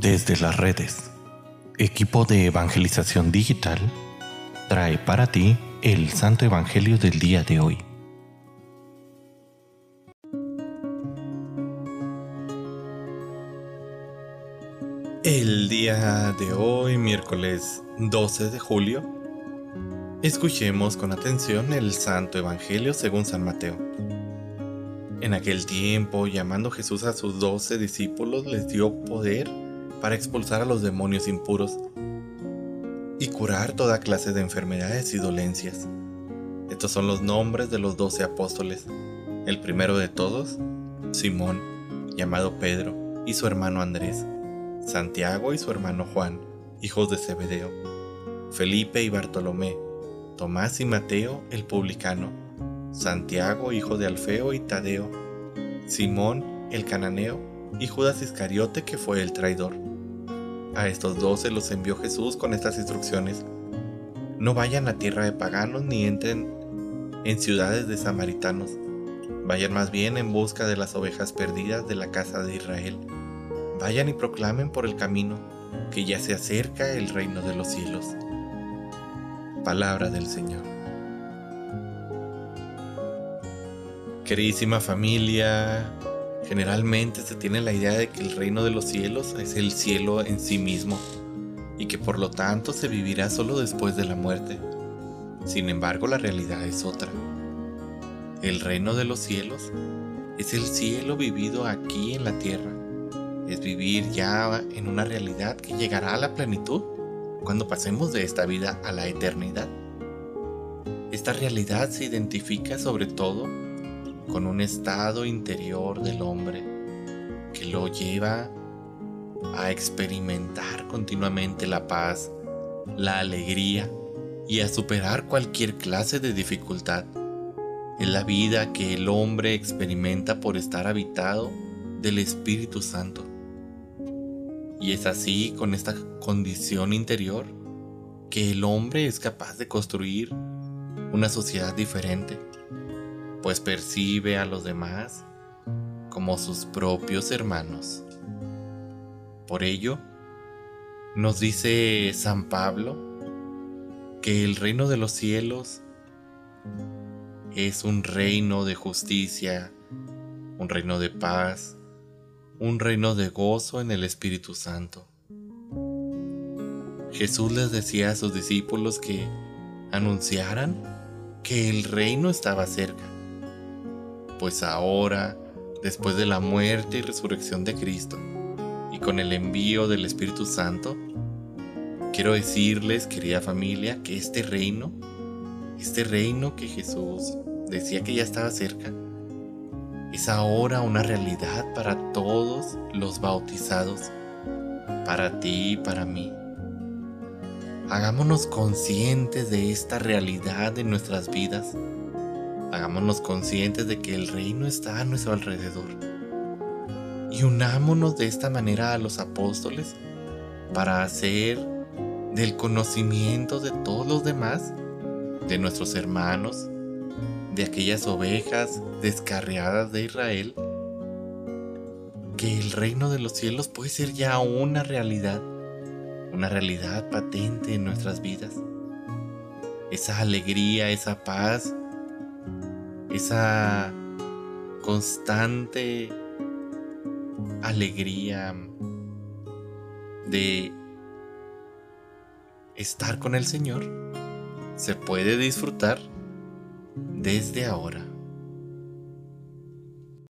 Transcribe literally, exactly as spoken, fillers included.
Desde las redes, equipo de evangelización digital trae para ti el Santo Evangelio del día de hoy. El día de hoy, miércoles doce de julio, escuchemos con atención el Santo Evangelio según San Mateo. En aquel tiempo, llamando Jesús a sus doce discípulos, les dio poder para expulsar a los demonios impuros y curar toda clase de enfermedades y dolencias. Estos son los nombres de los doce apóstoles. El primero de todos, Simón, llamado Pedro, y su hermano Andrés, Santiago y su hermano Juan, hijos de Zebedeo, Felipe y Bartolomé, Tomás y Mateo el publicano, Santiago hijo de Alfeo y Tadeo, Simón el cananeo y Judas Iscariote, que fue el traidor. A estos doce los envió Jesús con estas instrucciones: no vayan a tierra de paganos ni entren en ciudades de samaritanos, vayan más bien en busca de las ovejas perdidas de la casa de Israel. Vayan y proclamen por el camino que ya se acerca el reino de los cielos. Palabra del Señor. Queridísima familia, generalmente se tiene la idea de que el reino de los cielos es el cielo en sí mismo y que por lo tanto se vivirá solo después de la muerte. Sin embargo, la realidad es otra. El reino de los cielos es el cielo vivido aquí en la tierra. Es vivir ya en una realidad que llegará a la plenitud cuando pasemos de esta vida a la eternidad. Esta realidad se identifica sobre todo con un estado interior del hombre que lo lleva a experimentar continuamente la paz, la alegría y a superar cualquier clase de dificultad. Es la vida que el hombre experimenta por estar habitado del Espíritu Santo. Y es así, con esta condición interior, que el hombre es capaz de construir una sociedad diferente, pues percibe a los demás como sus propios hermanos. Por ello, nos dice San Pablo que el reino de los cielos es un reino de justicia, un reino de paz, un reino de gozo en el Espíritu Santo. Jesús les decía a sus discípulos que anunciaran que el reino estaba cerca, pues ahora, después de la muerte y resurrección de Cristo y con el envío del Espíritu Santo, quiero decirles, querida familia, que este reino, este reino que Jesús decía que ya estaba cerca, es ahora una realidad para todos los bautizados, para ti y para mí. Hagámonos conscientes de esta realidad en nuestras vidas. Hagámonos conscientes de que el reino está a nuestro alrededor. Y unámonos de esta manera a los apóstoles para hacer del conocimiento de todos los demás, de nuestros hermanos, de aquellas ovejas descarriadas de Israel, que el reino de los cielos puede ser ya una realidad, una realidad patente en nuestras vidas. Esa alegría, esa paz, esa constante alegría de estar con el Señor se puede disfrutar desde ahora.